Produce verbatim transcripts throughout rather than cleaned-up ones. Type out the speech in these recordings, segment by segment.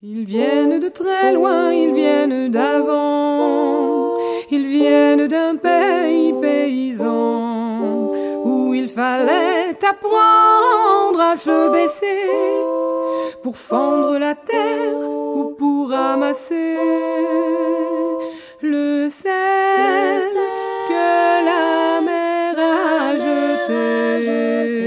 Ils viennent de très loin, ils viennent d'avant, ils viennent d'un pays paysan où il fallait apprendre à se baisser pour fendre la terre ou pour ramasser le sel que la mer a jeté.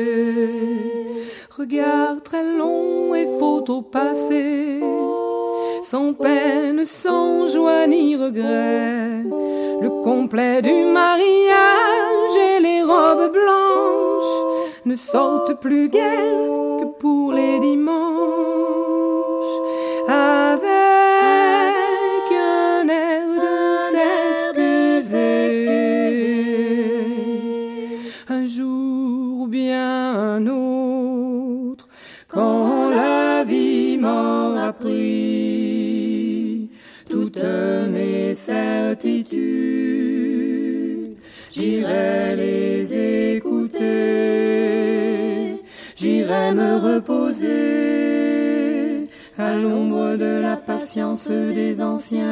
Regard très long et faut au passé, sans peine, sans joie ni regret, le complet du mariage et les robes blanches ne sortent plus guère que pour les dimanches, avec un air de s'excuser. Un jour ou bien un autre, quand la vie m'aura pris toutes mes certitudes, j'irai les écouter, j'irai me reposer à l'ombre de la patience des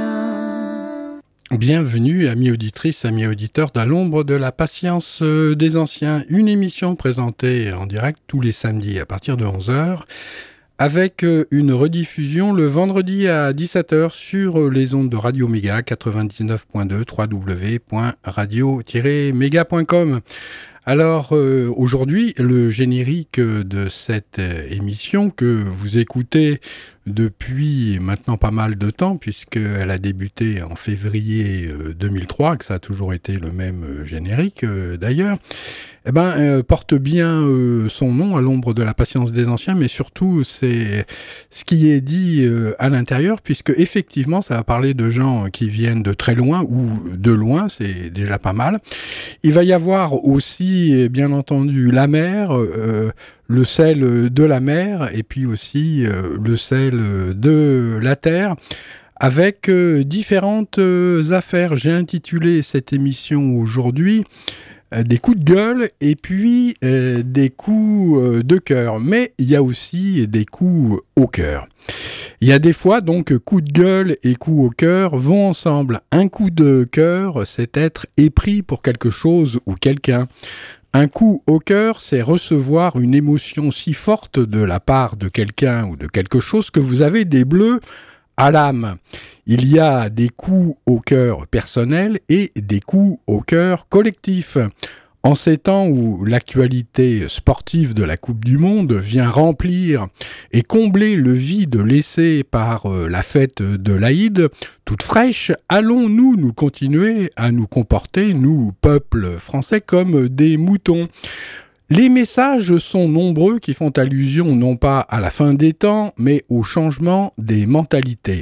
anciens. Bienvenue, amis auditrices, amis auditeurs d'À l'ombre de la patience des anciens, une émission présentée en direct tous les samedis à partir de onze heures, avec une rediffusion le vendredi à dix-sept heures sur les ondes de Radio Méga quatre-vingt-dix-neuf point deux, w w w point radio tiret méga point com. Alors euh, aujourd'hui, le générique de cette euh, émission que vous écoutez depuis maintenant pas mal de temps, puisqu'elle a débuté en février euh, deux mille trois, que ça a toujours été le même euh, générique euh, d'ailleurs, eh ben, euh, porte bien euh, son nom, À l'ombre de la patience des anciens, mais surtout c'est ce qui est dit euh, à l'intérieur, puisque effectivement ça va parler de gens qui viennent de très loin ou de loin, c'est déjà pas mal. Il va y avoir aussi, bien entendu, la mer, euh, le sel de la mer, et puis aussi euh, le sel de la terre, avec euh, différentes euh, affaires. J'ai intitulé cette émission aujourd'hui euh, des coups de gueule et puis euh, des coups euh, de cœur, mais il y a aussi des coups au cœur. Il y a des fois donc coups de gueule et coups au cœur vont ensemble. Un coup de cœur, c'est être épris pour quelque chose ou quelqu'un. Un coup au cœur, c'est recevoir une émotion si forte de la part de quelqu'un ou de quelque chose que vous avez des bleus à l'âme. Il y a des coups au cœur personnels et des coups au cœur collectifs. En ces temps où l'actualité sportive de la Coupe du Monde vient remplir et combler le vide laissé par la fête de l'Aïd, toute fraîche, allons-nous nous continuer à nous comporter, nous, peuple français, comme des moutons ? Les messages sont nombreux qui font allusion non pas à la fin des temps, mais au changement des mentalités.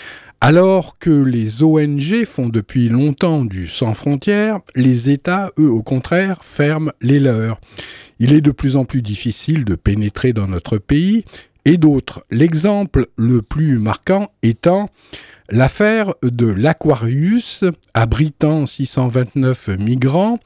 Alors que les O N G font depuis longtemps du sans frontières, les États, eux, au contraire, ferment les leurs. Il est de plus en plus difficile de pénétrer dans notre pays, et d'autres. L'exemple le plus marquant étant l'affaire de l'Aquarius, abritant six cent vingt-neuf migrants,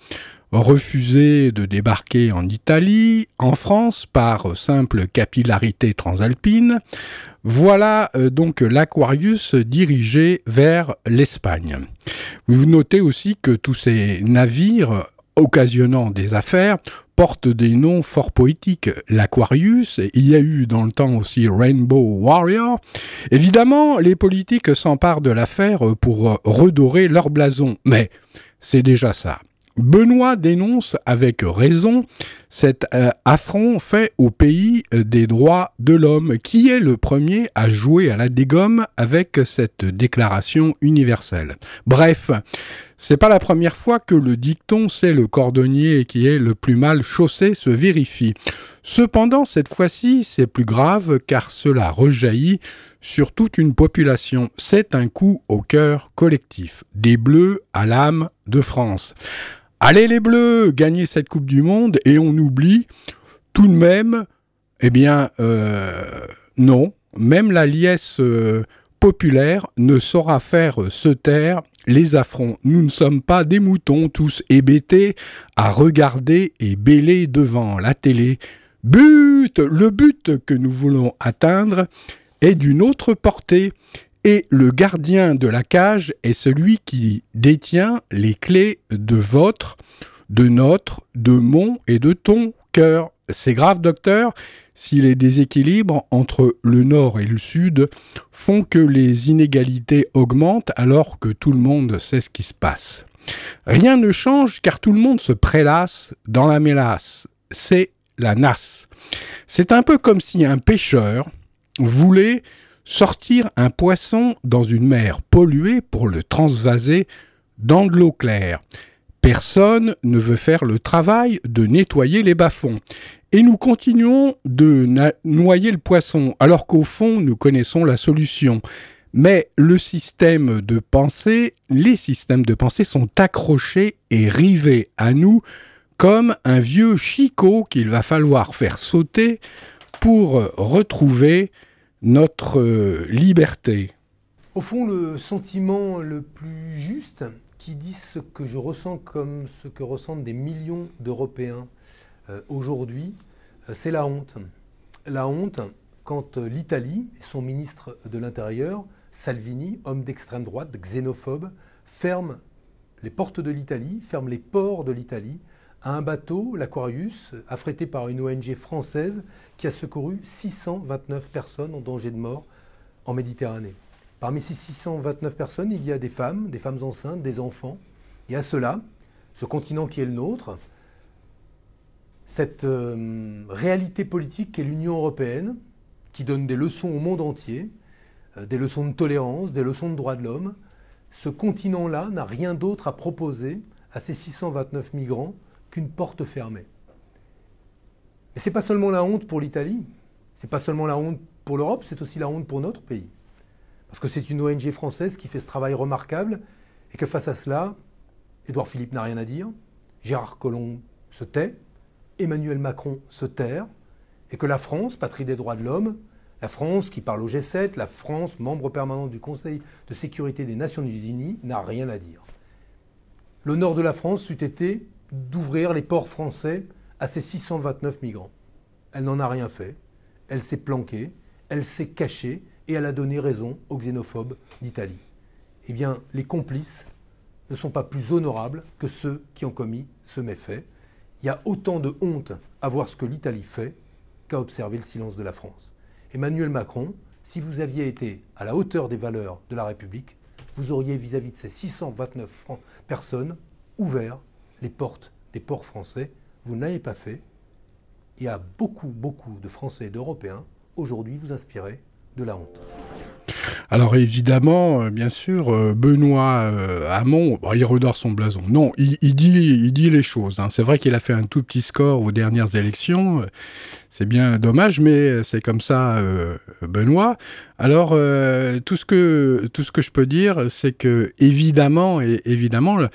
refusés de débarquer en Italie, en France, par simple capillarité transalpine. Voilà euh, donc l'Aquarius dirigé vers l'Espagne. Vous notez aussi que tous ces navires occasionnant des affaires portent des noms fort poétiques. L'Aquarius, il y a eu dans le temps aussi Rainbow Warrior. Évidemment, les politiques s'emparent de l'affaire pour redorer leur blason, mais c'est déjà ça. Benoît dénonce avec raison cet euh, affront fait au pays des droits de l'homme, qui est le premier à jouer à la dégomme avec cette déclaration universelle. Bref, c'est pas la première fois que le dicton « c'est le cordonnier qui est le plus mal chaussé » se vérifie. Cependant, cette fois-ci, c'est plus grave car cela rejaillit sur toute une population. C'est un coup au cœur collectif, des Bleus à l'âme de France. Allez les Bleus, gagnez cette Coupe du Monde et on oublie tout de même, eh bien, euh, non, même la liesse euh, populaire ne saura faire se taire les affronts. Nous ne sommes pas des moutons tous hébétés à regarder et bêler devant la télé. But, le but que nous voulons atteindre est d'une autre portée. Et le gardien de la cage est celui qui détient les clés de votre, de notre, de mon et de ton cœur. C'est grave, docteur, si les déséquilibres entre le nord et le sud font que les inégalités augmentent alors que tout le monde sait ce qui se passe. Rien ne change car tout le monde se prélasse dans la mélasse. C'est la nasse. C'est un peu comme si un pêcheur voulait sortir un poisson dans une mer polluée pour le transvaser dans de l'eau claire. Personne ne veut faire le travail de nettoyer les bas-fonds. Et nous continuons de na- noyer le poisson, alors qu'au fond, nous connaissons la solution. Mais le système de pensée, les systèmes de pensée sont accrochés et rivés à nous comme un vieux chicot qu'il va falloir faire sauter pour retrouver notre euh, liberté. Au fond, le sentiment le plus juste, qui dit ce que je ressens comme ce que ressentent des millions d'Européens euh, aujourd'hui, euh, c'est la honte. La honte quand euh, l'Italie, son ministre de l'Intérieur, Salvini, homme d'extrême droite, xénophobe, ferme les portes de l'Italie, ferme les ports de l'Italie, à un bateau, l'Aquarius, affrété par une O N G française qui a secouru six cent vingt-neuf personnes en danger de mort en Méditerranée. Parmi ces six cent vingt-neuf personnes, il y a des femmes, des femmes enceintes, des enfants. Et à cela, ce continent qui est le nôtre, cette euh, réalité politique qu'est l'Union européenne, qui donne des leçons au monde entier, euh, des leçons de tolérance, des leçons de droits de l'homme, ce continent-là n'a rien d'autre à proposer à ces six cent vingt-neuf migrants qu'une porte fermée. Mais ce n'est pas seulement la honte pour l'Italie, ce n'est pas seulement la honte pour l'Europe, c'est aussi la honte pour notre pays. Parce que c'est une O N G française qui fait ce travail remarquable et que face à cela, Édouard Philippe n'a rien à dire, Gérard Collomb se tait, Emmanuel Macron se terre, et que la France, patrie des droits de l'homme, la France qui parle au G sept, la France, membre permanent du Conseil de sécurité des Nations Unies, n'a rien à dire. L'honneur de la France eût été d'ouvrir les ports français à ces six cent vingt-neuf migrants. Elle n'en a rien fait, elle s'est planquée, elle s'est cachée et elle a donné raison aux xénophobes d'Italie. Eh bien, les complices ne sont pas plus honorables que ceux qui ont commis ce méfait. Il y a autant de honte à voir ce que l'Italie fait qu'à observer le silence de la France. Emmanuel Macron, si vous aviez été à la hauteur des valeurs de la République, vous auriez vis-à-vis de ces six cent vingt-neuf personnes ouvert les portes des ports français. Vous ne l'avez pas fait. Il y a beaucoup, beaucoup de Français et d'Européens, aujourd'hui, vous inspirez de la honte. Alors évidemment, bien sûr, Benoît euh, Hamon, bon, il redore son blason. Non, il, il, dit, il dit les choses. Hein. C'est vrai qu'il a fait un tout petit score aux dernières élections. C'est bien dommage, mais c'est comme ça, euh, Benoît. Alors, euh, tout ce que, tout ce que je peux dire, c'est que, évidemment, et, évidemment, le,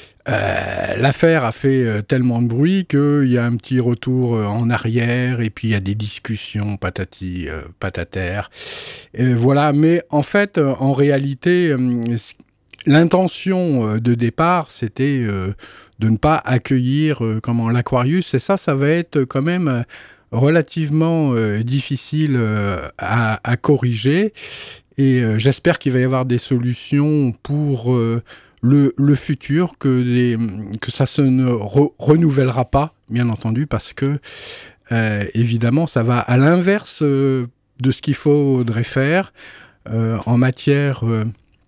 Euh, l'affaire a fait euh, tellement de bruit qu'il y a un petit retour euh, en arrière et puis il y a des discussions patati euh, patatère. Et voilà, mais en fait, euh, en réalité, euh, l'intention euh, de départ, c'était euh, de ne pas accueillir euh, comment, l'Aquarius, et ça, ça va être quand même euh, relativement euh, difficile euh, à, à corriger. Et euh, j'espère qu'il va y avoir des solutions pour euh, Le, le futur, que, des, que ça se ne re, renouvellera pas, bien entendu, parce que, euh, évidemment, ça va à l'inverse euh, de ce qu'il faudrait faire euh, en matière euh,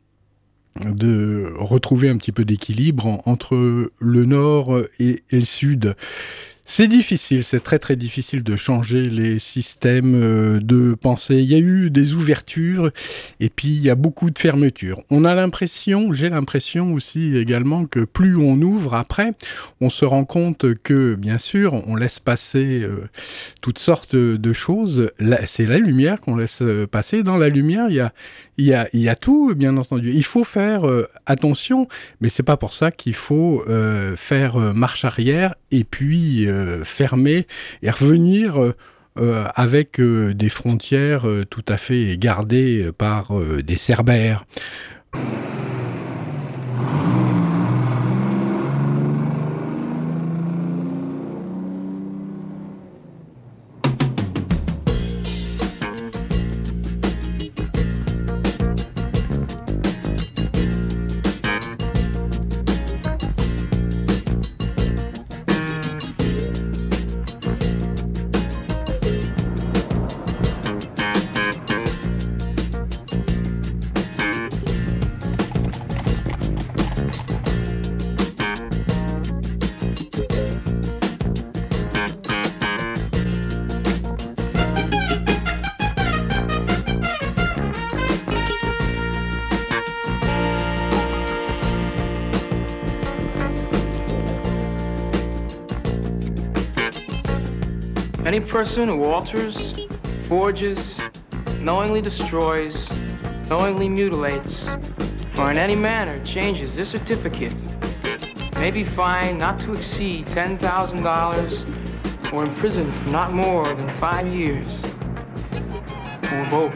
de retrouver un petit peu d'équilibre en, entre le nord et, et le sud. C'est difficile, c'est très très difficile de changer les systèmes de pensée. Il y a eu des ouvertures et puis il y a beaucoup de fermetures. On a l'impression, j'ai l'impression aussi également que plus on ouvre après, on se rend compte que bien sûr on laisse passer euh, toutes sortes de choses. Là, c'est la lumière qu'on laisse passer. Dans la lumière, il y a, il y a, il y a tout, bien entendu. Il faut faire euh, attention, mais c'est pas pour ça qu'il faut euh, faire euh, marche arrière et puis euh, fermer et revenir euh, euh, avec euh, des frontières euh, tout à fait gardées par euh, des cerbères. Any person who alters, forges, knowingly destroys, knowingly mutilates, or in any manner changes this certificate may be fined not to exceed ten thousand dollars or imprisoned for not more than five years, or both.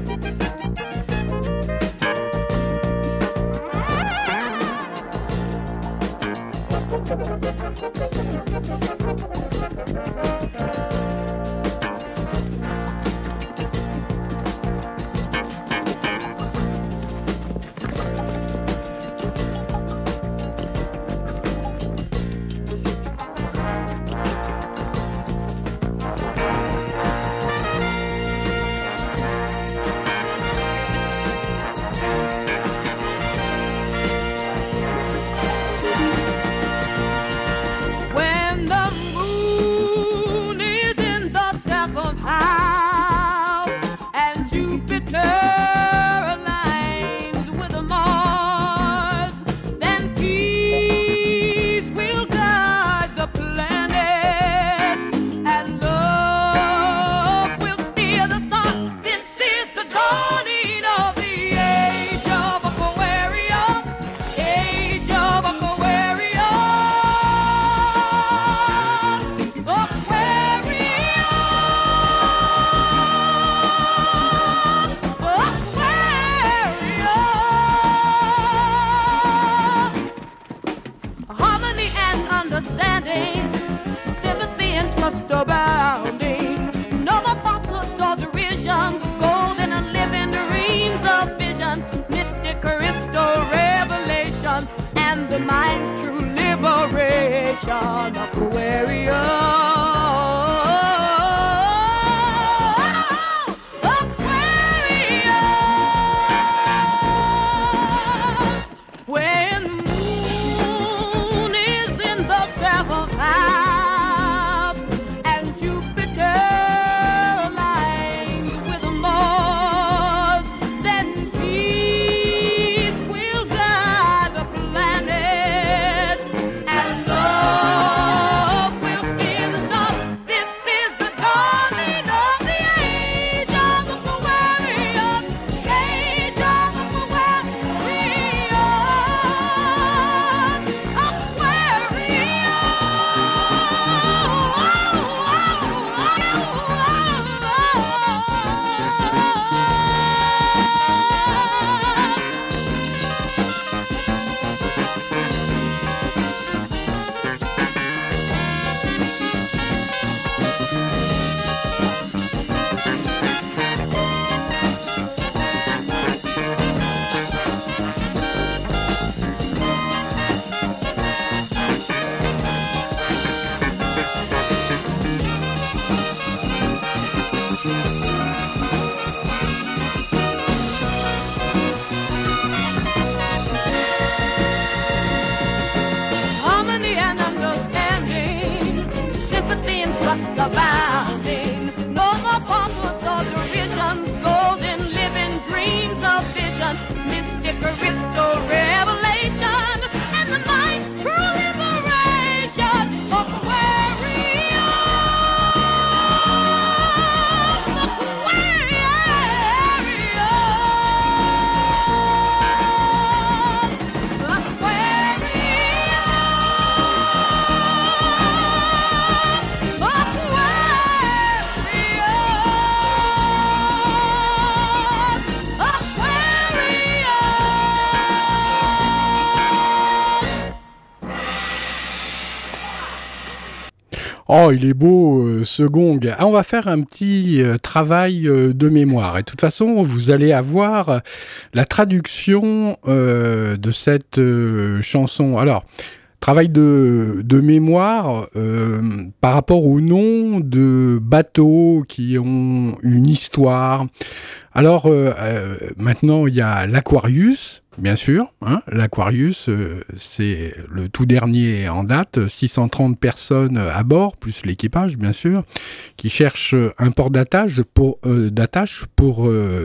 Oh, il est beau euh, ce gong. Ah, on va faire un petit euh, travail euh, de mémoire. Et de toute façon, vous allez avoir la traduction euh, de cette euh, chanson. Alors, travail de, de mémoire euh, par rapport au nom de bateaux qui ont une histoire. Alors, euh, euh, maintenant, il y a l'Aquarius. Bien sûr, hein, l'Aquarius, euh, c'est le tout dernier en date, six cent trente personnes à bord, plus l'équipage, bien sûr, qui cherchent un port d'attache pour, euh, d'attache pour euh,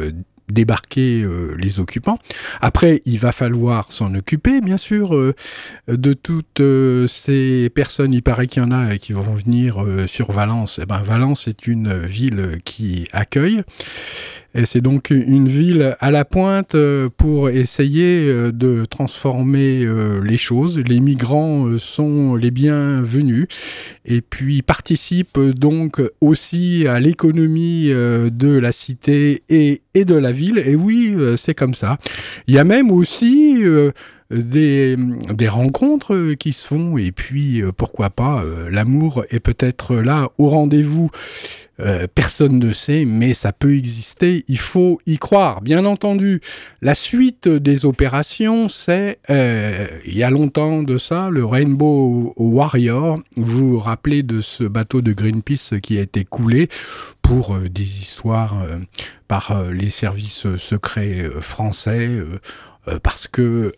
débarquer euh, les occupants. Après, il va falloir s'en occuper, bien sûr, euh, de toutes euh, ces personnes. Il paraît qu'il y en a qui vont venir euh, sur Valence. Eh ben, Valence est une ville qui accueille. Et c'est donc une ville à la pointe pour essayer de transformer les choses. Les migrants sont les bienvenus et puis participent donc aussi à l'économie de la cité et, et de la ville. Et oui, c'est comme ça. Il y a même aussi euh, des, des rencontres qui se font et puis euh, pourquoi pas, euh, l'amour est peut-être là au rendez-vous. Euh, personne ne sait, mais ça peut exister, il faut y croire. Bien entendu, la suite des opérations, c'est, euh, il y a longtemps de ça, le Rainbow Warrior. Vous vous rappelez de ce bateau de Greenpeace qui a été coulé pour euh, des histoires euh, par euh, les services secrets euh, français, euh, euh, parce que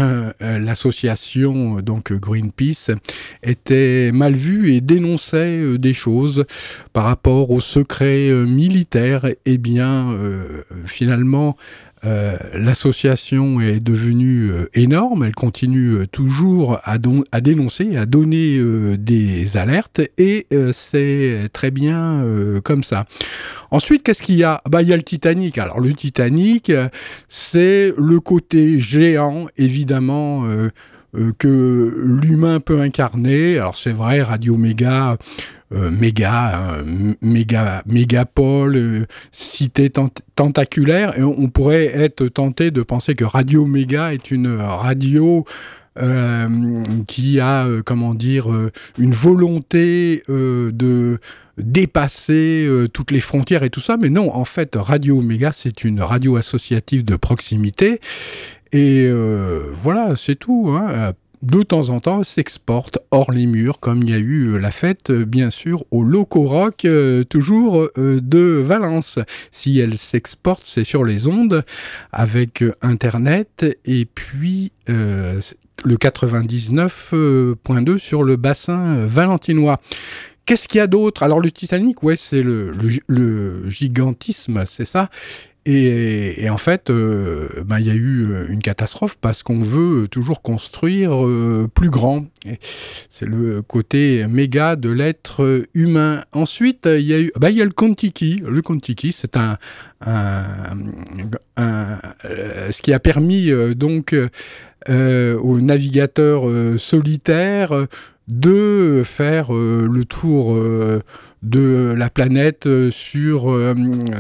l'association donc Greenpeace était mal vue et dénonçait des choses par rapport aux secrets militaires. Eh bien, euh, finalement, euh, l'association est devenue euh, énorme. Elle continue euh, toujours à, don- à dénoncer, à donner euh, des alertes, et euh, c'est très bien euh, comme ça. Ensuite, qu'est-ce qu'il y a ? Bah, il y a le Titanic. Alors, le Titanic, c'est le côté géant, évidemment, euh, euh, que l'humain peut incarner. Alors, c'est vrai, Radio Méga, euh, méga, hein, méga, mégapole, euh, cité tent- tentaculaire. Et on, on pourrait être tenté de penser que Radio Méga est une radio Euh, qui a, euh, comment dire, euh, une volonté euh, de dépasser euh, toutes les frontières et tout ça, mais non, en fait, Radio Méga, c'est une radio associative de proximité, et euh, voilà, c'est tout, hein. De temps en temps, elle s'exporte hors les murs, comme il y a eu la fête, bien sûr, au Loco Rock, euh, toujours euh, de Valence. Si elle s'exporte, c'est sur les ondes, avec euh, Internet, et puis euh, le quatre-vingt-dix-neuf point deux sur le bassin valentinois. Qu'est-ce qu'il y a d'autre ? Alors, le Titanic, ouais, c'est le, le, le gigantisme, c'est ça. Et, et en fait, euh, ben, y a eu une catastrophe parce qu'on veut toujours construire euh, plus grand. Et c'est le côté méga de l'être humain. Ensuite, il y a eu, ben, y a le Kon-Tiki. Le Kon-Tiki, c'est un, un, un, un euh, ce qui a permis euh, donc euh, aux navigateurs euh, solitaires euh, de faire euh, le tour euh, de la planète euh, sur euh,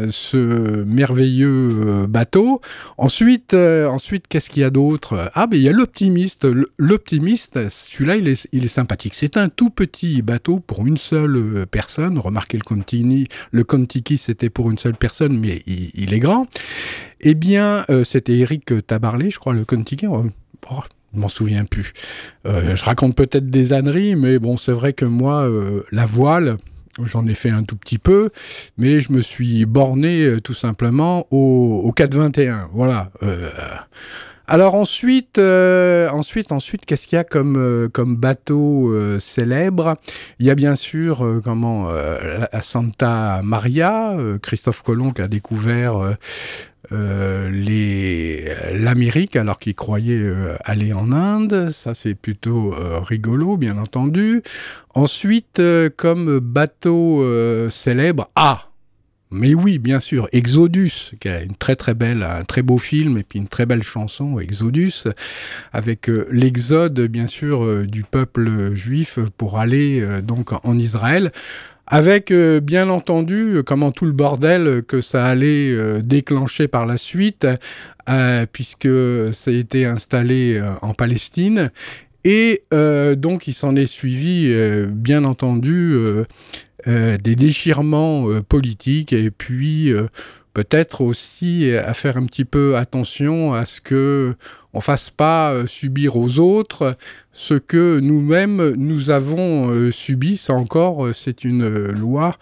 ce merveilleux euh, bateau. Ensuite, euh, ensuite, qu'est-ce qu'il y a d'autre ? Ah, ben il y a l'Optimiste. L'Optimiste, celui-là, il est, il est sympathique. C'est un tout petit bateau pour une seule euh, personne. Remarquez, le Kon-Tiki, le Kon-Tiki, c'était pour une seule personne, mais il, il est grand. Eh bien, euh, c'était Éric Tabarly, je crois, le Kon-Tiki. Oh, je m'en souviens plus. Euh, je raconte peut-être des âneries, mais bon, c'est vrai que moi, euh, la voile, j'en ai fait un tout petit peu, mais je me suis borné euh, tout simplement au, au quatre vingt et un. Voilà. Euh, alors ensuite, euh, ensuite, ensuite, qu'est-ce qu'il y a comme, euh, comme bateau euh, célèbre ? Il y a bien sûr euh, comment, euh, la Santa Maria, euh, Christophe Colomb qui a découvert euh, Euh, les, l'Amérique alors qu'ils croyaient euh, aller en Inde. Ça, c'est plutôt euh, rigolo, bien entendu. Ensuite, euh, comme bateau euh, célèbre, ah, mais oui, bien sûr, Exodus, qui a une très très belle, un très beau film et puis une très belle chanson, Exodus, avec euh, l'exode, bien sûr, euh, du peuple juif pour aller euh, donc en Israël. Avec, euh, bien entendu, euh, comment tout le bordel que ça allait euh, déclencher par la suite, euh, puisque ça a été installé euh, en Palestine. Et euh, donc, il s'en est suivi, euh, bien entendu, euh, euh, des déchirements euh, politiques, et puis euh, peut-être aussi à faire un petit peu attention à ce que on fasse pas euh, subir aux autres ce que nous-mêmes nous avons euh, subi. Ça encore, euh, c'est une euh, loi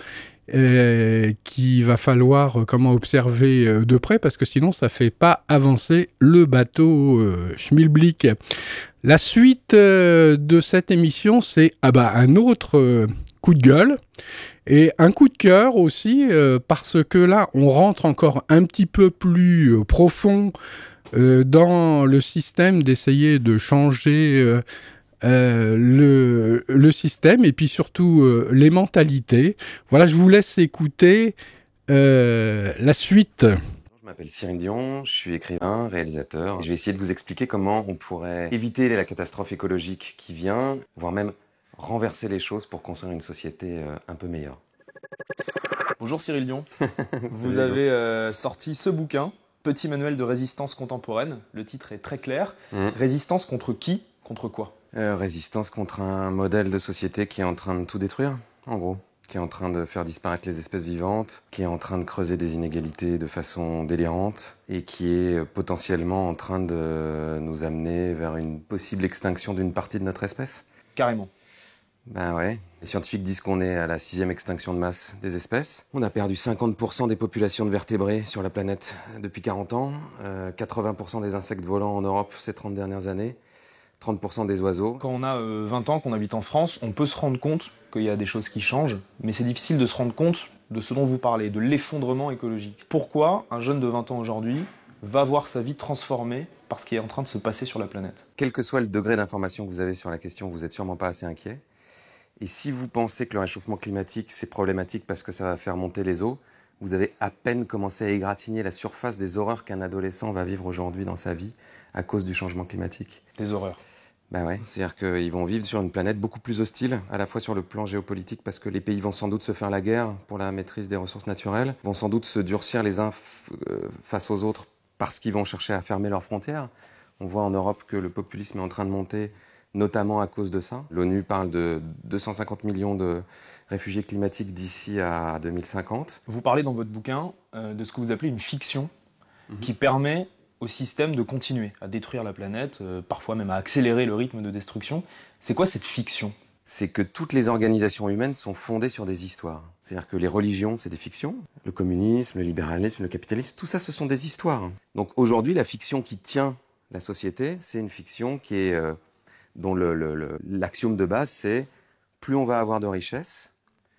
euh, qu'il va falloir euh, comment observer euh, de près, parce que sinon ça fait pas avancer le bateau euh, Schmilblick. La suite euh, de cette émission, c'est ah bah, un autre euh, coup de gueule. Et un coup de cœur aussi, euh, parce que là, on rentre encore un petit peu plus euh, profond euh, dans le système, d'essayer de changer euh, euh, le, le système et puis surtout euh, les mentalités. Voilà, je vous laisse écouter euh, la suite. Je m'appelle Cyril Dion, je suis écrivain, réalisateur. Et je vais essayer de vous expliquer comment on pourrait éviter la catastrophe écologique qui vient, voire même renverser les choses pour construire une société euh, un peu meilleure. Bonjour Cyril Dion, vous avez euh, sorti ce bouquin, Petit manuel de résistance contemporaine. Le titre est très clair. Mmh. Résistance contre qui? Contre quoi? euh, Résistance contre un modèle de société qui est en train de tout détruire, en gros. Qui est en train de faire disparaître les espèces vivantes, qui est en train de creuser des inégalités de façon délirante et qui est potentiellement en train de nous amener vers une possible extinction d'une partie de notre espèce. Carrément. Ben ouais. Les scientifiques disent qu'on est à la sixième extinction de masse des espèces. On a perdu cinquante pour cent des populations de vertébrés sur la planète depuis quarante ans, euh, quatre-vingts pour cent des insectes volants en Europe ces trente dernières années, trente pour cent des oiseaux. Quand on a euh, vingt ans, qu'on habite en France, on peut se rendre compte qu'il y a des choses qui changent, mais c'est difficile de se rendre compte de ce dont vous parlez, de l'effondrement écologique. Pourquoi un jeune de vingt ans aujourd'hui va voir sa vie transformée par ce qui est en train de se passer sur la planète? Quel que soit le degré d'information que vous avez sur la question, vous n'êtes sûrement pas assez inquiet. Et si vous pensez que le réchauffement climatique, c'est problématique parce que ça va faire monter les eaux, vous avez à peine commencé à égratigner la surface des horreurs qu'un adolescent va vivre aujourd'hui dans sa vie à cause du changement climatique. Des horreurs. Ben ouais, c'est-à-dire qu'ils vont vivre sur une planète beaucoup plus hostile, à la fois sur le plan géopolitique, parce que les pays vont sans doute se faire la guerre pour la maîtrise des ressources naturelles, vont sans doute se durcir les uns f- euh, face aux autres parce qu'ils vont chercher à fermer leurs frontières. On voit en Europe que le populisme est en train de monter, notamment à cause de ça. L'ONU parle de deux cent cinquante millions de réfugiés climatiques d'ici à deux mille cinquante. Vous parlez dans votre bouquin euh, de ce que vous appelez une fiction mmh. qui permet au système de continuer à détruire la planète, euh, parfois même à accélérer le rythme de destruction. C'est quoi cette fiction? C'est que toutes les organisations humaines sont fondées sur des histoires. C'est-à-dire que les religions, c'est des fictions. Le communisme, le libéralisme, le capitalisme, tout ça, ce sont des histoires. Donc aujourd'hui, la fiction qui tient la société, c'est une fiction qui est, euh, dont le, le, le, l'axiome de base, c'est plus on va avoir de richesses,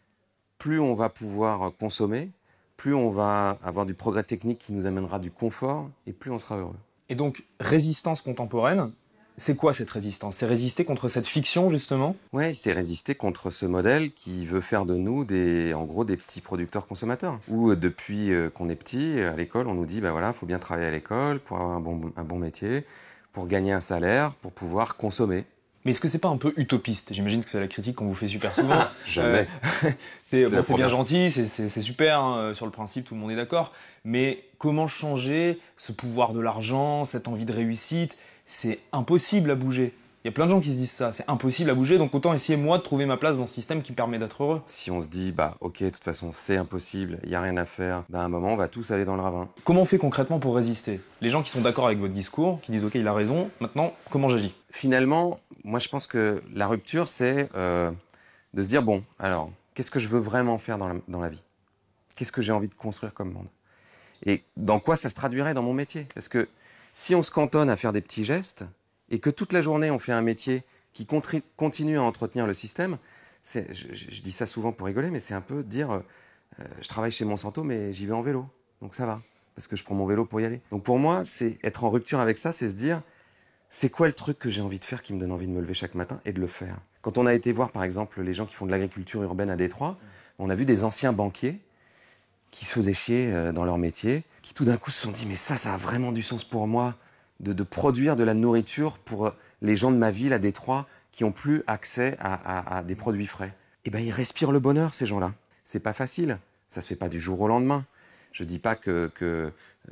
plus on va pouvoir consommer, plus on va avoir du progrès technique qui nous amènera du confort, et plus on sera heureux. Et donc, résistance contemporaine, c'est quoi cette résistance? C'est résister contre cette fiction, justement? Oui, c'est résister contre ce modèle qui veut faire de nous, des, en gros, des petits producteurs-consommateurs. Où, depuis qu'on est petit, à l'école, on nous dit, ben voilà, il faut bien travailler à l'école pour avoir un bon, un bon métier, pour gagner un salaire, pour pouvoir consommer. Mais est-ce que c'est pas un peu utopiste? J'imagine que c'est la critique qu'on vous fait super souvent. Jamais. Euh, c'est bon, c'est bien gentil, c'est, c'est, c'est super, hein, sur le principe, tout le monde est d'accord. Mais comment changer ce pouvoir de l'argent, cette envie de réussite? C'est impossible à bouger. Il y a plein de gens qui se disent ça, c'est impossible à bouger, donc autant essayer moi de trouver ma place dans ce système qui me permet d'être heureux. Si on se dit, bah ok, de toute façon c'est impossible, il n'y a rien à faire, bah à un moment on va tous aller dans le ravin. Comment on fait concrètement pour résister? Les gens qui sont d'accord avec votre discours, qui disent ok, il a raison, maintenant comment j'agis? Finalement, moi je pense que la rupture c'est euh, de se dire, bon, alors, qu'est-ce que je veux vraiment faire dans la, dans la vie? Qu'est-ce que j'ai envie de construire comme monde? Et dans quoi ça se traduirait dans mon métier? Parce que si on se cantonne à faire des petits gestes, et que toute la journée on fait un métier qui contri- continue à entretenir le système, c'est, je, je, je dis ça souvent pour rigoler, mais c'est un peu dire euh, je travaille chez Monsanto mais j'y vais en vélo, donc ça va, parce que je prends mon vélo pour y aller. Donc pour moi, c'est être en rupture avec ça, c'est se dire c'est quoi le truc que j'ai envie de faire qui me donne envie de me lever chaque matin et de le faire. Quand on a été voir par exemple les gens qui font de l'agriculture urbaine à Détroit, on a vu des anciens banquiers qui se faisaient chier euh, dans leur métier, qui tout d'un coup se sont dit mais ça, ça a vraiment du sens pour moi, De, de produire de la nourriture pour les gens de ma ville à Détroit qui n'ont plus accès à, à, à des produits frais. Eh bien, ils respirent le bonheur, ces gens-là. C'est pas facile. Ça se fait pas du jour au lendemain. Je dis pas que, que euh,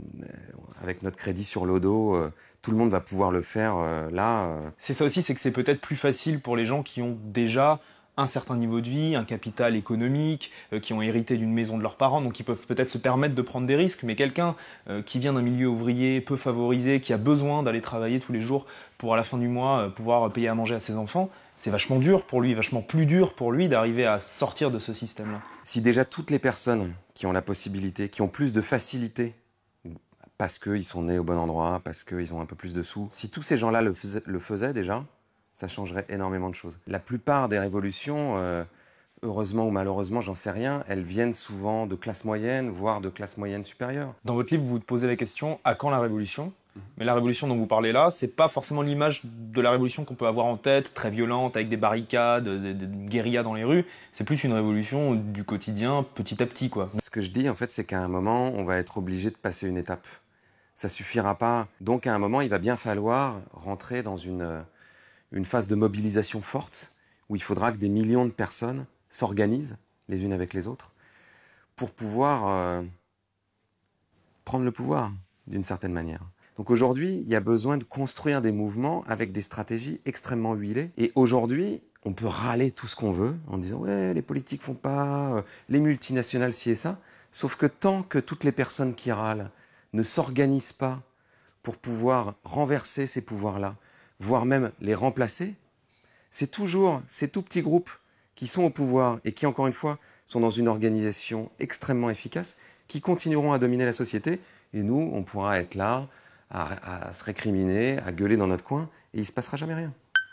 avec notre crédit sur le dos, euh, tout le monde va pouvoir le faire euh, là. Euh. C'est ça aussi, c'est que c'est peut-être plus facile pour les gens qui ont déjà un certain niveau de vie, un capital économique, euh, qui ont hérité d'une maison de leurs parents, donc ils peuvent peut-être se permettre de prendre des risques, mais quelqu'un euh, qui vient d'un milieu ouvrier peu favorisé, qui a besoin d'aller travailler tous les jours pour à la fin du mois euh, pouvoir payer à manger à ses enfants, c'est vachement dur pour lui, vachement plus dur pour lui d'arriver à sortir de ce système-là. Si déjà toutes les personnes qui ont la possibilité, qui ont plus de facilité, parce qu'ils sont nés au bon endroit, parce qu'ils ont un peu plus de sous, si tous ces gens-là le faisaient, le faisaient déjà, ça changerait énormément de choses. La plupart des révolutions, euh, heureusement ou malheureusement, j'en sais rien, elles viennent souvent de classe moyenne, voire de classe moyenne supérieure. Dans votre livre, vous vous posez la question « À quand la révolution ?» Mais la révolution dont vous parlez là, c'est pas forcément l'image de la révolution qu'on peut avoir en tête, très violente, avec des barricades, des, des guérillas dans les rues. C'est plus une révolution du quotidien, petit à petit, quoi. Ce que je dis, en fait, c'est qu'à un moment, on va être obligé de passer une étape. Ça suffira pas. Donc, à un moment, il va bien falloir rentrer dans une, une phase de mobilisation forte, où il faudra que des millions de personnes s'organisent les unes avec les autres pour pouvoir euh, prendre le pouvoir, d'une certaine manière. Donc aujourd'hui, il y a besoin de construire des mouvements avec des stratégies extrêmement huilées. Et aujourd'hui, on peut râler tout ce qu'on veut en disant « ouais, les politiques font pas, euh, les multinationales ci et ça ». Sauf que tant que toutes les personnes qui râlent ne s'organisent pas pour pouvoir renverser ces pouvoirs-là, voire même les remplacer, c'est toujours ces tout petits groupes qui sont au pouvoir et qui, encore une fois, sont dans une organisation extrêmement efficace, qui continueront à dominer la société. Et nous, on pourra être là, À, à se récriminer, à gueuler dans notre coin, et il ne se passera jamais rien.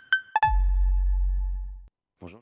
Bonjour.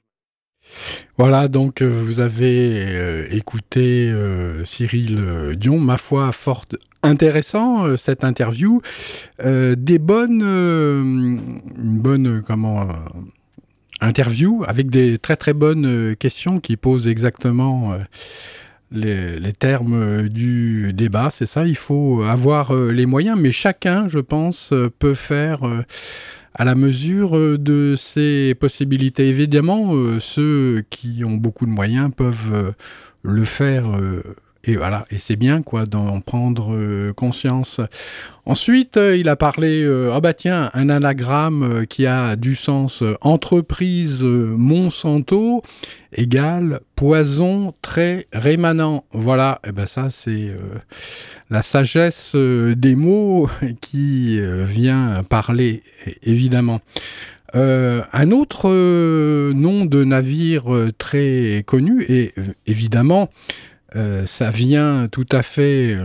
Voilà, donc euh, vous avez euh, écouté euh, Cyril euh, Dion, ma foi, fort intéressant euh, cette interview. Euh, des bonnes, euh, une bonne, euh, comment, euh, interview avec des très très bonnes euh, questions qui posent exactement euh, Les, les termes du débat, c'est ça, il faut avoir euh, les moyens, mais chacun, je pense, euh, peut faire euh, à la mesure euh, de ses possibilités. Évidemment, euh, ceux qui ont beaucoup de moyens peuvent euh, le faire, euh, et voilà, et c'est bien, quoi, d'en prendre euh, conscience. Ensuite, euh, il a parlé, euh, ah bah tiens, un anagramme euh, qui a du sens, euh, entreprise euh, Monsanto égale poison très rémanent. Voilà, et ben ça c'est euh, la sagesse euh, des mots qui euh, vient parler, évidemment. Euh, un autre euh, nom de navire euh, très connu, et euh, évidemment, euh, ça vient tout à fait...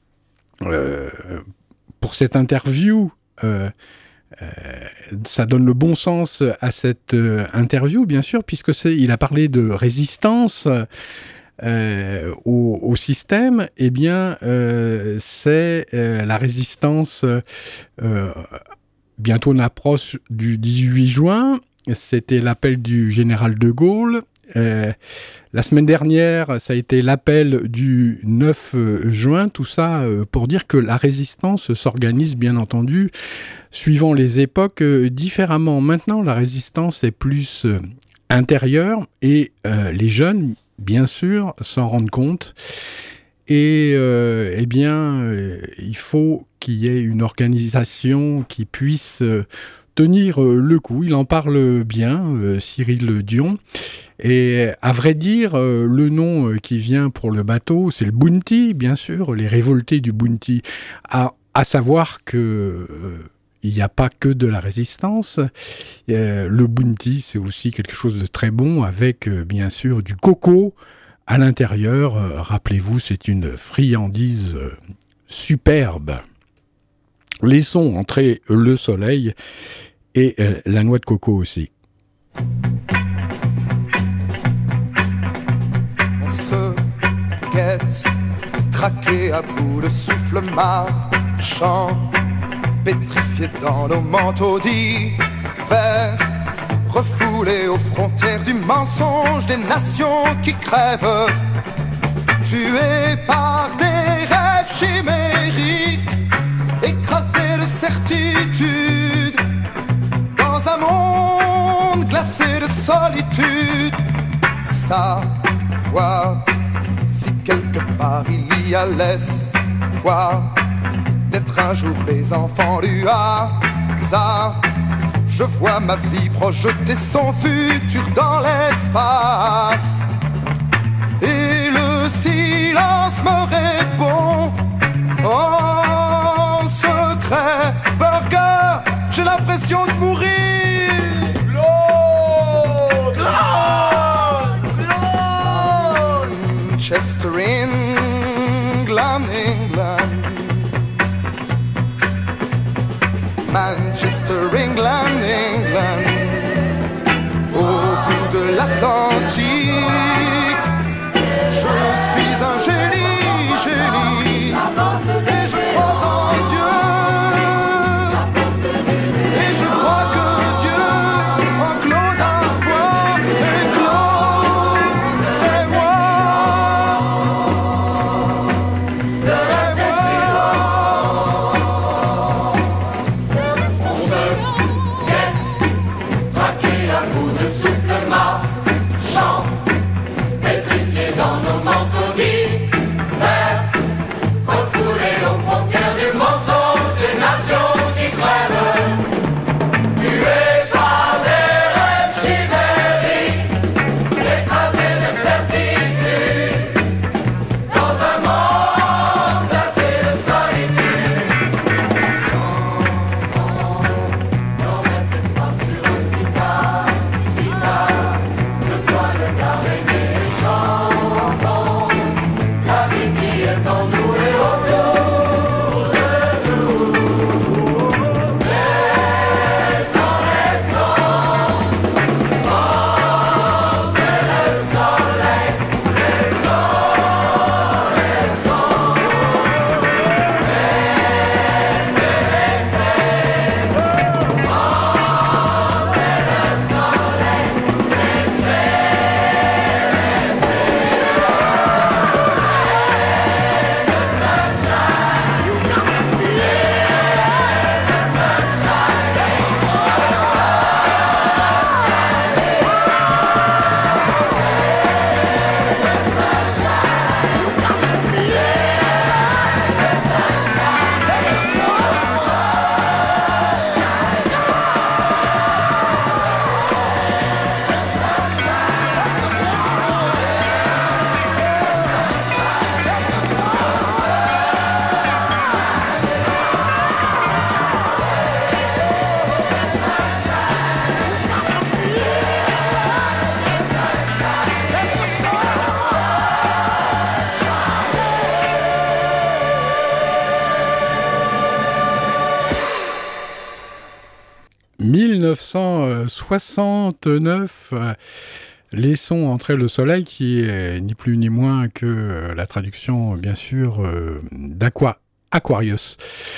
Euh, pour cette interview, euh, euh, ça donne le bon sens à cette euh, interview, bien sûr, puisque c'est, il a parlé de résistance euh, au, au système. Eh bien, euh, c'est euh, la résistance. Euh, bientôt on approche du dix-huit juin. C'était l'appel du général de Gaulle. Euh, la semaine dernière, ça a été l'appel du neuf juin, tout ça euh, pour dire que la résistance s'organise, bien entendu, suivant les époques, euh, différemment. Maintenant, la résistance est plus euh, intérieure et euh, les jeunes, bien sûr, s'en rendent compte. Et euh, eh bien, euh, il faut qu'il y ait une organisation qui puisse euh, tenir euh, le coup. Il en parle bien, euh, Cyril Dion. Et à vrai dire, euh, le nom euh, qui vient pour le bateau, c'est le Bounty, bien sûr, les révoltés du Bounty. À, à savoir que euh, il n'y a pas que de la résistance. Euh, le Bounty, c'est aussi quelque chose de très bon, avec euh, bien sûr du coco à l'intérieur. Euh, rappelez-vous, c'est une friandise euh, superbe. Laissons entrer le soleil et euh, la noix de coco aussi. Traqué à bout de souffle marchant, pétrifié dans nos manteaux d'hiver, refoulé aux frontières du mensonge des nations qui crèvent, tués par des rêves chimériques, écrasés de certitude, dans un monde glacé de solitude. Savoir si quelque part il y a l'espoir d'être un jour les enfants du hasard. Je vois ma vie projeter son futur dans l'espace, et le silence me répond en secret. Burger, j'ai l'impression de mourir. Claude, Claude, Claude. Manchester, England, England. Manchester, England, England. Au bout de l'Atlantique, neuf cent soixante-neuf, euh, Les sons entraient le soleil, qui est ni plus ni moins que euh, la traduction, bien sûr, euh, d'Aqua, Aquarius.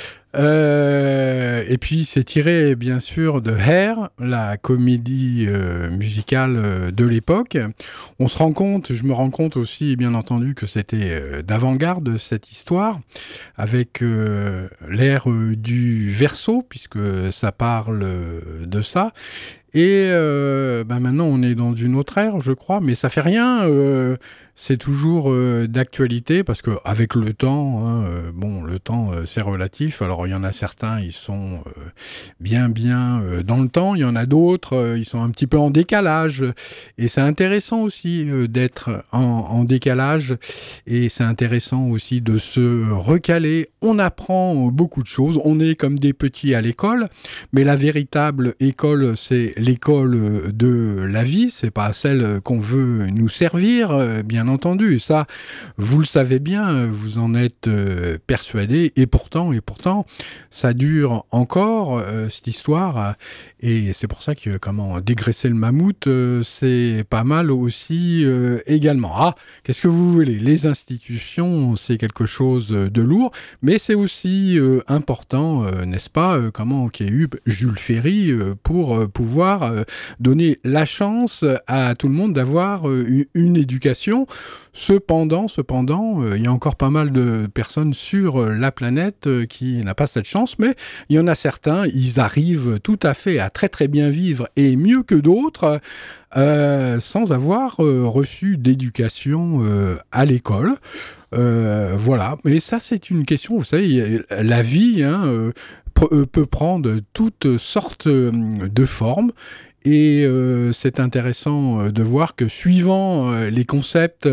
Euh, et puis c'est tiré bien sûr de Hair, la comédie euh, musicale euh, de l'époque. On se rend compte, je me rends compte aussi bien entendu que c'était euh, d'avant-garde cette histoire, avec euh, l'ère euh, du verso, puisque ça parle euh, de ça. Et euh, ben maintenant on est dans une autre ère, je crois, mais ça fait rien. Euh, c'est toujours euh, d'actualité parce que avec le temps, hein, euh, bon, le temps euh, c'est relatif. Alors il y en a certains, ils sont euh, bien bien euh, dans le temps. Il y en a d'autres, euh, ils sont un petit peu en décalage. Et c'est intéressant aussi euh, d'être en, en décalage. Et c'est intéressant aussi de se recaler. On apprend beaucoup de choses. On est comme des petits à l'école, mais la véritable école, c'est l'école de la vie. C'est pas celle qu'on veut nous servir, bien entendu. Et ça, vous le savez bien, vous en êtes euh, persuadé. Et pourtant, et pourtant, ça dure encore, euh, cette histoire. Et c'est pour ça que, comment, dégraisser le mammouth, euh, c'est pas mal aussi euh, également. Ah, qu'est-ce que vous voulez ? Les institutions, c'est quelque chose de lourd, mais c'est aussi euh, important, euh, n'est-ce pas, euh, comment, qu'il y ait eu Jules Ferry euh, pour euh, pouvoir euh, donner la chance à tout le monde d'avoir euh, une, une éducation. Cependant, cependant, euh, il y a encore pas mal de personnes sur euh, la planète euh, qui n'ont pas cette chance, mais il y en a certains, ils arrivent tout à fait à très très bien vivre, et mieux que d'autres, euh, sans avoir euh, reçu d'éducation euh, à l'école. Euh, voilà, mais ça c'est une question, vous savez, la vie hein, euh, pr- peut prendre toutes sortes de formes. Et euh, c'est intéressant de voir que suivant euh, les concepts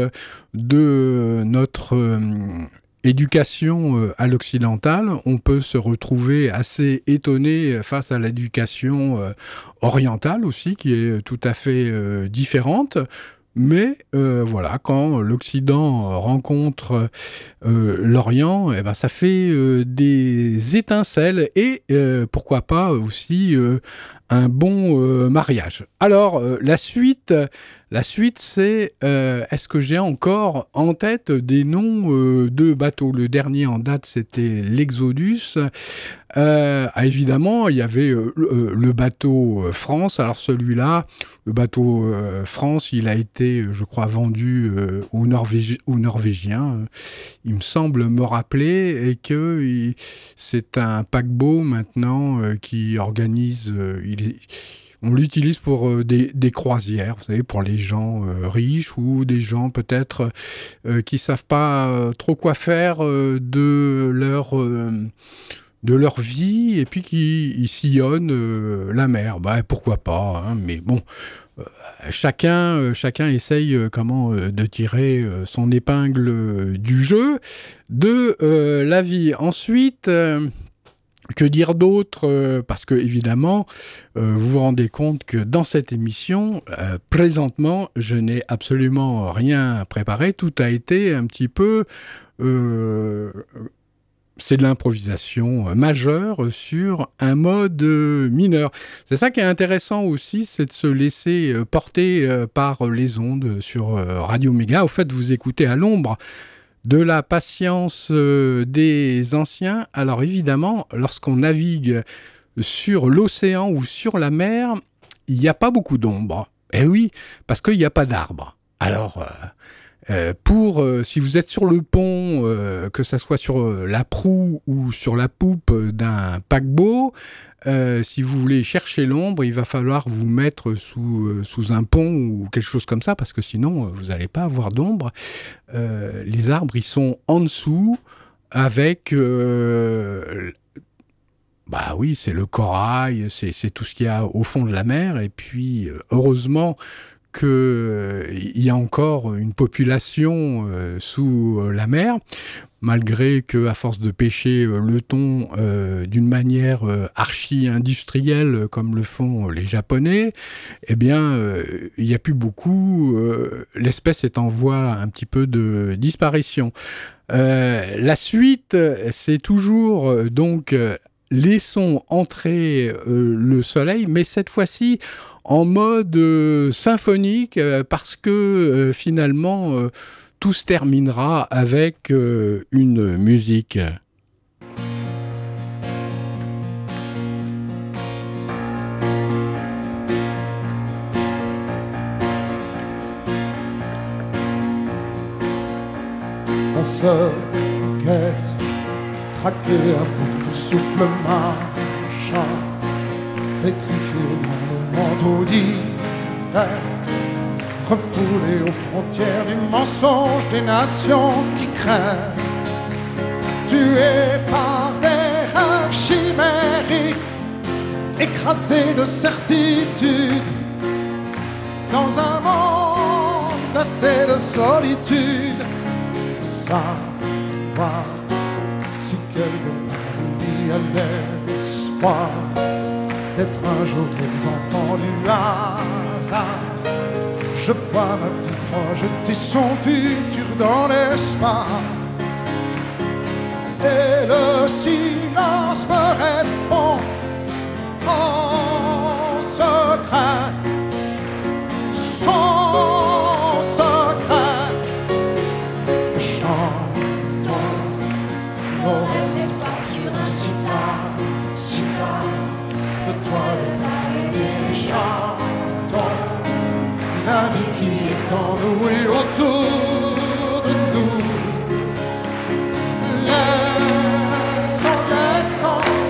de notre euh, éducation euh, à l'occidentale, on peut se retrouver assez étonné face à l'éducation euh, orientale aussi, qui est tout à fait euh, différente. Mais euh, voilà, quand l'Occident rencontre euh, l'Orient, eh ben, ça fait euh, des étincelles et euh, pourquoi pas aussi euh, un bon euh, mariage. Alors, euh, la suite, la suite c'est, euh, est-ce que j'ai encore en tête des noms euh, de bateaux ? Le dernier en date, c'était l'Exodus. Euh, ah, évidemment, il y avait euh, le, le bateau euh, France. Alors celui-là, le bateau euh, France, il a été, je crois, vendu euh, aux, Norvégi- aux Norvégiens. Euh, il me semble me rappeler, et que il, c'est un paquebot maintenant euh, qui organise... Euh, il, on l'utilise pour euh, des, des croisières, vous savez, pour les gens euh, riches ou des gens peut-être euh, qui savent pas euh, trop quoi faire euh, de leur... Euh, de leur vie, et puis qui ils sillonnent euh, la mer. Bah, pourquoi pas, hein, mais bon, euh, chacun, euh, chacun essaye euh, comment, euh, de tirer euh, son épingle euh, du jeu de euh, la vie. Ensuite, euh, que dire d'autre euh, parce que, évidemment, euh, vous vous rendez compte que dans cette émission, euh, présentement, je n'ai absolument rien préparé. Tout a été un petit peu... Euh, c'est de l'improvisation majeure sur un mode mineur. C'est ça qui est intéressant aussi, c'est de se laisser porter par les ondes sur Radio Méga. Au fait, vous écoutez À l'ombre de la patience des anciens. Alors évidemment, lorsqu'on navigue sur l'océan ou sur la mer, il n'y a pas beaucoup d'ombre. Eh oui, parce qu'il n'y a pas d'arbres. Alors... Euh, Euh, pour, euh, si vous êtes sur le pont, euh, que ça soit sur euh, la proue ou sur la poupe d'un paquebot, euh, si vous voulez chercher l'ombre, il va falloir vous mettre sous, euh, sous un pont ou quelque chose comme ça, parce que sinon, euh, vous n'allez pas avoir d'ombre. Euh, les arbres, ils sont en dessous, avec... Euh, bah oui, c'est le corail, c'est, c'est tout ce qu'il y a au fond de la mer, et puis, heureusement... qu'il euh, y a encore une population euh, sous euh, la mer, malgré qu'à force de pêcher euh, le thon euh, d'une manière euh, archi-industrielle, comme le font les Japonais, eh bien, euh, il n'y a plus beaucoup. Euh, l'espèce est en voie un petit peu de disparition. Euh, la suite, c'est toujours euh, donc... Euh, laissons entrer euh, le soleil, mais cette fois-ci en mode euh, symphonique, euh, parce que euh, finalement, euh, tout se terminera avec euh, une musique. On se guette, traqué à bout de souffle marchand, pétrifié dans le manteau d'hiver, refoulé aux frontières du mensonge des nations qui crèvent, tué par des rêves chimériques, écrasé de certitude, dans un monde glacé de solitude. Savoir si quelque part il y a l'espoir d'être un jour des enfants du hasard. Je vois ma vie projeter son futur dans l'espace, et le silence me répond en secret, son secret. La vie qui est en nous et autour de nous. Laissons, laissons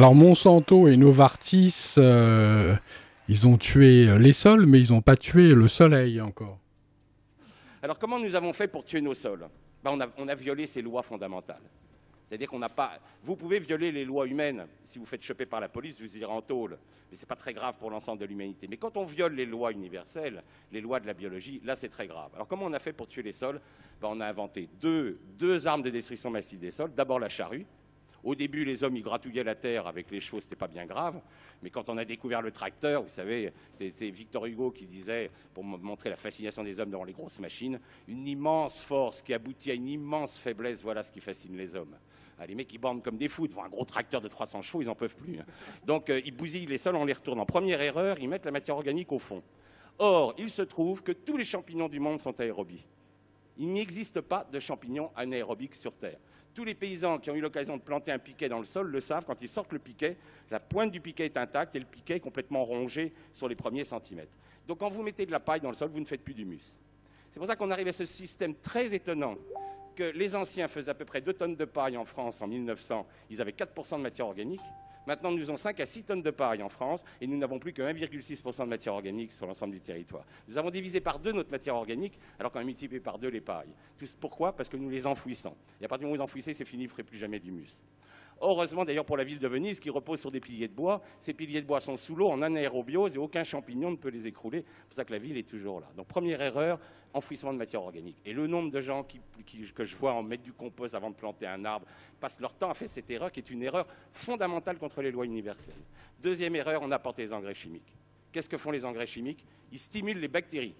Alors Monsanto et Novartis, euh, ils ont tué les sols, mais ils n'ont pas tué le soleil encore. Alors comment nous avons fait pour tuer nos sols? Ben, on, a, on a violé ces lois fondamentales. C'est-à-dire qu'on n'a pas... Vous pouvez violer les lois humaines. Si vous faites choper par la police, vous irez en tôle. Mais ce n'est pas très grave pour l'ensemble de l'humanité. Mais quand on viole les lois universelles, les lois de la biologie, là, c'est très grave. Alors comment on a fait pour tuer les sols? Ben, on a inventé deux, deux armes de destruction massive des sols. D'abord la charrue. Au début, les hommes, ils gratouillaient la terre avec les chevaux, c'était pas bien grave. Mais quand on a découvert le tracteur, vous savez, c'est Victor Hugo qui disait, pour montrer la fascination des hommes devant les grosses machines, une immense force qui aboutit à une immense faiblesse, voilà ce qui fascine les hommes. Ah, les mecs, ils bandent comme des fous devant un gros tracteur de trois cents chevaux, ils n'en peuvent plus. Hein. Donc, euh, ils bousillent les sols en les retournant. Première erreur, ils mettent la matière organique au fond. Or, il se trouve que tous les champignons du monde sont aérobies. Il n'existe pas de champignons anaérobiques sur Terre. Tous les paysans qui ont eu l'occasion de planter un piquet dans le sol le savent, quand ils sortent le piquet, la pointe du piquet est intacte et le piquet est complètement rongé sur les premiers centimètres. Donc quand vous mettez de la paille dans le sol, vous ne faites plus d'humus. C'est pour ça qu'on arrive à ce système très étonnant que les anciens faisaient à peu près deux tonnes de paille en France en mille neuf cents, ils avaient quatre pour cent de matière organique. Maintenant, nous avons cinq à six tonnes de paille en France et nous n'avons plus que un virgule six pour cent de matière organique sur l'ensemble du territoire. Nous avons divisé par deux notre matière organique alors qu'on a multiplié par deux les pailles. Pourquoi? Parce que nous les enfouissons. Et à partir du moment où vous enfouissez, c'est fini, vous ne ferez plus jamais d'humus. Heureusement d'ailleurs pour la ville de Venise qui repose sur des piliers de bois. Ces piliers de bois sont sous l'eau en anaérobiose et aucun champignon ne peut les écrouler. C'est pour ça que la ville est toujours là. Donc première erreur, enfouissement de matière organique. Et le nombre de gens qui, qui, que je vois en mettre du compost avant de planter un arbre passent leur temps à faire cette erreur qui est une erreur fondamentale contre les lois universelles. Deuxième erreur, on apporte les engrais chimiques. Qu'est-ce que font les engrais chimiques? Ils stimulent les bactéries.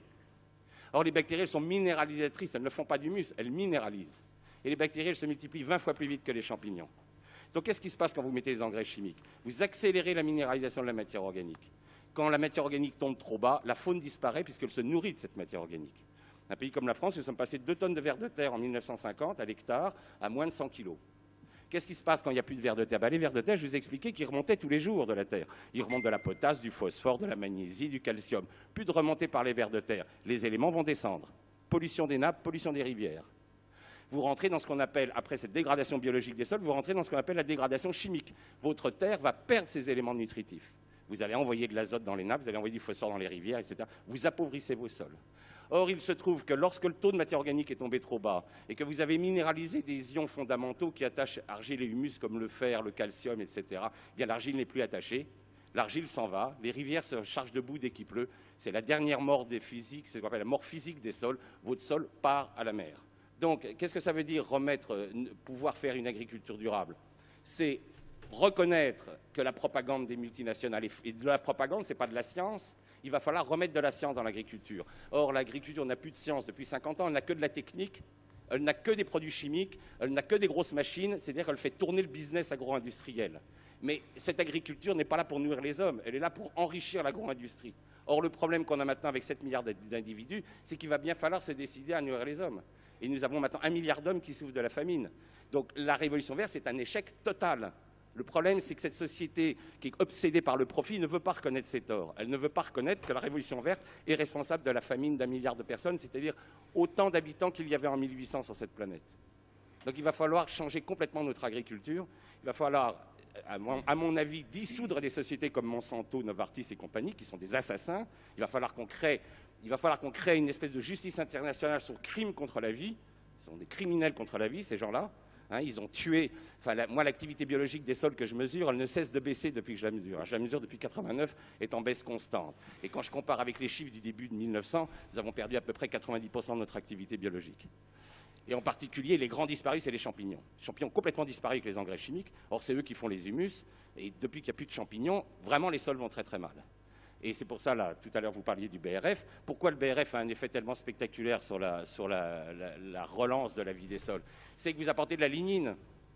Or les bactéries elles sont minéralisatrices, elles ne font pas d'humus, elles minéralisent. Et les bactéries elles se multiplient vingt fois plus vite que les champignons. Donc qu'est-ce qui se passe quand vous mettez les engrais chimiques? Vous accélérez la minéralisation de la matière organique. Quand la matière organique tombe trop bas, la faune disparaît puisqu'elle se nourrit de cette matière organique. Un pays comme la France, nous sommes passés de deux tonnes de vers de terre en mille neuf cent cinquante à l'hectare à moins de cent kilos. Qu'est-ce qui se passe quand il n'y a plus de vers de terre? Ben, les vers de terre, je vous ai expliqué qu'ils remontaient tous les jours de la terre. Ils remontent de la potasse, du phosphore, de la magnésie, du calcium. Plus de remontée par les vers de terre. Les éléments vont descendre. Pollution des nappes, pollution des rivières. Vous rentrez dans ce qu'on appelle, après cette dégradation biologique des sols, vous rentrez dans ce qu'on appelle la dégradation chimique. Votre terre va perdre ses éléments nutritifs. Vous allez envoyer de l'azote dans les nappes, vous allez envoyer du phosphore dans les rivières, et cetera. Vous appauvrissez vos sols. Or, il se trouve que lorsque le taux de matière organique est tombé trop bas et que vous avez minéralisé des ions fondamentaux qui attachent argile et humus comme le fer, le calcium, et cetera, eh bien l'argile n'est plus attachée. L'argile s'en va, les rivières se chargent de boue dès qu'il pleut. C'est la dernière mort des physiques, c'est ce qu'on appelle la mort physique des sols. Votre sol part à la mer. Donc, qu'est-ce que ça veut dire remettre, pouvoir faire une agriculture durable? C'est reconnaître que la propagande des multinationales, et de la propagande, ce n'est pas de la science, il va falloir remettre de la science dans l'agriculture. Or, l'agriculture n'a plus de science depuis cinquante ans, elle n'a que de la technique, elle n'a que des produits chimiques, elle n'a que des grosses machines, c'est-à-dire qu'elle fait tourner le business agro-industriel. Mais cette agriculture n'est pas là pour nourrir les hommes, elle est là pour enrichir l'agro-industrie. Or, le problème qu'on a maintenant avec sept milliards d'individus, c'est qu'il va bien falloir se décider à nourrir les hommes. Et nous avons maintenant un milliard d'hommes qui souffrent de la famine. Donc la révolution verte, c'est un échec total. Le problème, c'est que cette société qui est obsédée par le profit ne veut pas reconnaître ses torts. Elle ne veut pas reconnaître que la révolution verte est responsable de la famine d'un milliard de personnes, c'est-à-dire autant d'habitants qu'il y avait en mille huit cents sur cette planète. Donc il va falloir changer complètement notre agriculture. Il va falloir, à mon, à mon avis, dissoudre des sociétés comme Monsanto, Novartis et compagnie, qui sont des assassins. Il va falloir qu'on crée... Il va falloir qu'on crée une espèce de justice internationale sur crime contre la vie. Ce sont des criminels contre la vie, ces gens-là. Hein, ils ont tué... Enfin, la, moi, l'activité biologique des sols que je mesure, elle ne cesse de baisser depuis que je la mesure. Hein. Je la mesure depuis mille neuf cent quatre-vingt-neuf, est en baisse constante. Et quand je compare avec les chiffres du début de mille neuf cents, nous avons perdu à peu près quatre-vingt-dix pour cent de notre activité biologique. Et en particulier, les grands disparus, c'est les champignons. Les champignons ont complètement disparu avec les engrais chimiques. Or, c'est eux qui font les humus. Et depuis qu'il n'y a plus de champignons, vraiment, les sols vont très très mal. Et c'est pour ça, là, tout à l'heure, vous parliez du B R F. Pourquoi le B R F a un effet tellement spectaculaire sur la, sur la, la, la relance de la vie des sols? C'est que vous apportez de la lignine.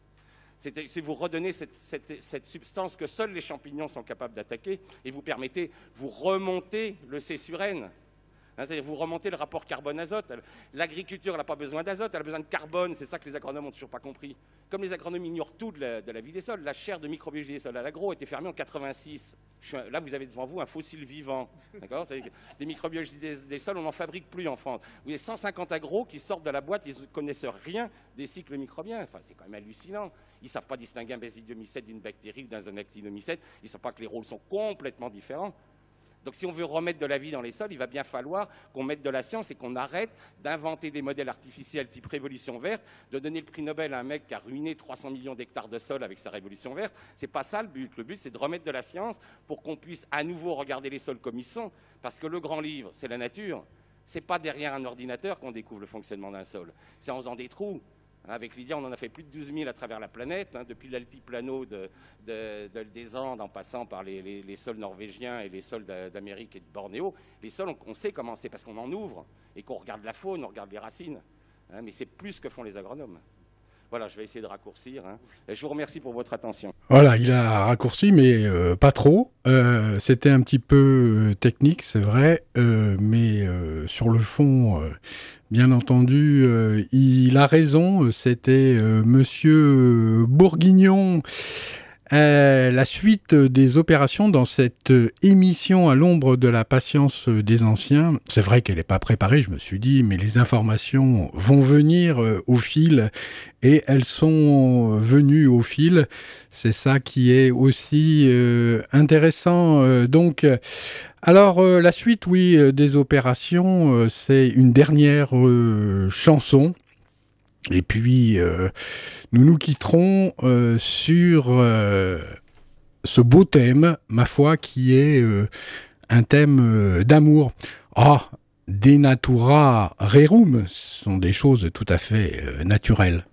C'est vous redonnez cette, cette, cette substance que seuls les champignons sont capables d'attaquer et vous permettez, vous remontez le C sur N. C'est-à-dire vous remontez le rapport carbone-azote. L'agriculture n'a pas besoin d'azote, elle a besoin de carbone. C'est ça que les agronomes n'ont toujours pas compris. Comme les agronomes ignorent tout de la, de la vie des sols, la chaire de microbiologie des sols à l'agro a été fermée en quatre-vingt-six. Je suis un, là, vous avez devant vous un fossile vivant. D'accord ? Des microbiologistes des, des sols, on n'en fabrique plus en France. Vous avez cent cinquante agros qui sortent de la boîte, ils ne connaissent rien des cycles microbiens. Enfin, c'est quand même hallucinant. Ils ne savent pas distinguer un basidiomycète d'une bactérie ou d'un actinomycète. Ils ne savent pas que les rôles sont complètement différents. Donc si on veut remettre de la vie dans les sols, il va bien falloir qu'on mette de la science et qu'on arrête d'inventer des modèles artificiels type révolution verte, de donner le prix Nobel à un mec qui a ruiné trois cents millions d'hectares de sol avec sa révolution verte. C'est pas ça le but. Le but, c'est de remettre de la science pour qu'on puisse à nouveau regarder les sols comme ils sont. Parce que le grand livre, c'est la nature. C'est pas derrière un ordinateur qu'on découvre le fonctionnement d'un sol. C'est en faisant des trous. Avec Lydia, on en a fait plus de douze mille à travers la planète, hein, depuis l'altiplano de, de, de, des Andes, en passant par les, les, les sols norvégiens et les sols d'Amérique et de Bornéo. Les sols, on, on sait comment c'est parce qu'on en ouvre et qu'on regarde la faune, on regarde les racines. Hein, mais c'est plus que font les agronomes. Voilà, je vais essayer de raccourcir. Hein. Je vous remercie pour votre attention. Voilà, il a raccourci, mais euh, pas trop. Euh, c'était un petit peu euh, technique, c'est vrai, euh, mais euh, sur le fond, euh, bien entendu, euh, il a raison. C'était euh, Monsieur Bourguignon. Euh, la suite des opérations dans cette émission à l'ombre de la patience des anciens, c'est vrai qu'elle n'est pas préparée, je me suis dit, mais les informations vont venir euh, au fil et elles sont venues au fil. C'est ça qui est aussi euh, intéressant. Euh, donc, alors euh, la suite, oui, euh, des opérations, euh, c'est une dernière euh, chanson. Et puis, euh, nous nous quitterons euh, sur euh, ce beau thème, ma foi, qui est euh, un thème euh, d'amour. Ah, de natura rerum, ce sont des choses tout à fait euh, naturelles.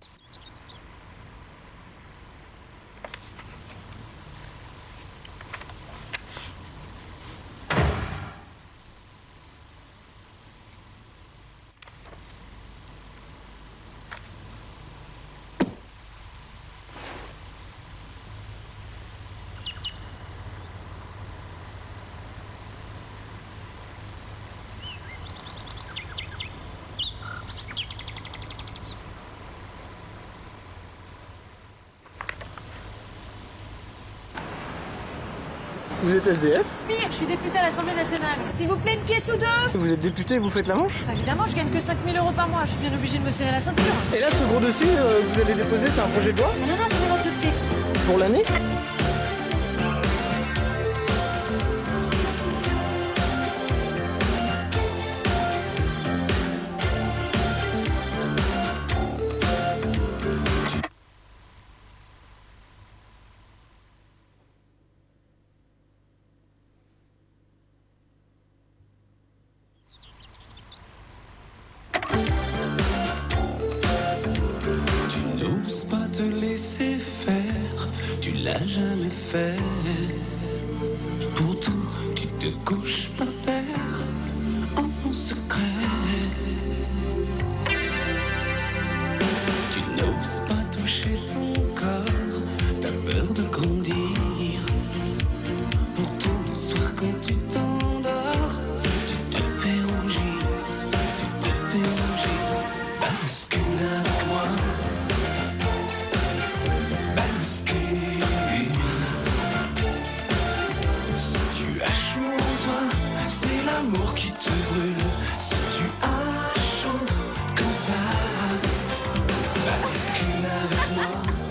Vous êtes S D F ? Pire, je suis député à l'Assemblée nationale. S'il vous plaît, une pièce ou deux ? Vous êtes député et vous faites la manche ? Évidemment, je gagne que cinq mille euros par mois. Je suis bien obligé de me serrer la ceinture. Et là, ce gros dossier euh, que vous avez déposé, c'est un projet de loi ? Non, non, non, c'est mes notes de flic. Pour l'année ? Jamais fait. Pourtant, tu te couches par terre en mon secret. Tu n'oses pas toucher ton corps, t'as peur de grandir. Pourtant, le soir quand tu t'endors, tu te fais rougir, tu te fais rougir. Bascule avec moi. L'amour qui te brûle, si tu as chaud comme ça, bascule avec moi.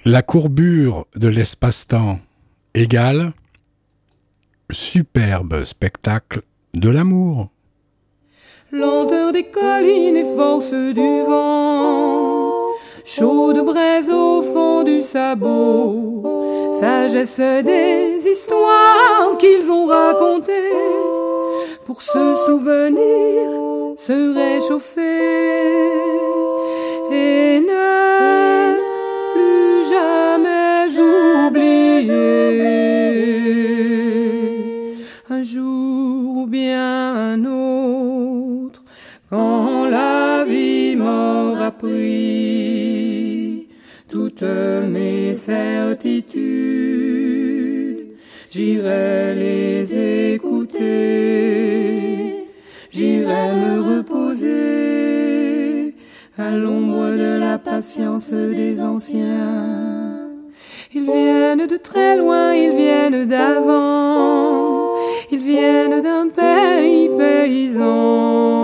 La courbure de l'espace-temps égale superbe spectacle de l'amour. Lenteur des collines et force du vent, chaude braise au fond du sabot, sagesse des histoires qu'ils ont racontées, pour se souvenir, se réchauffer et ne plus jamais oublier un jour ou bien un autre, quand la vie m'aura pris toutes mes certitudes, j'irai les écouter, j'irai me reposer à l'ombre de la patience des anciens. Ils viennent de très loin, ils viennent d'avant, ils viennent d'un pays paysan.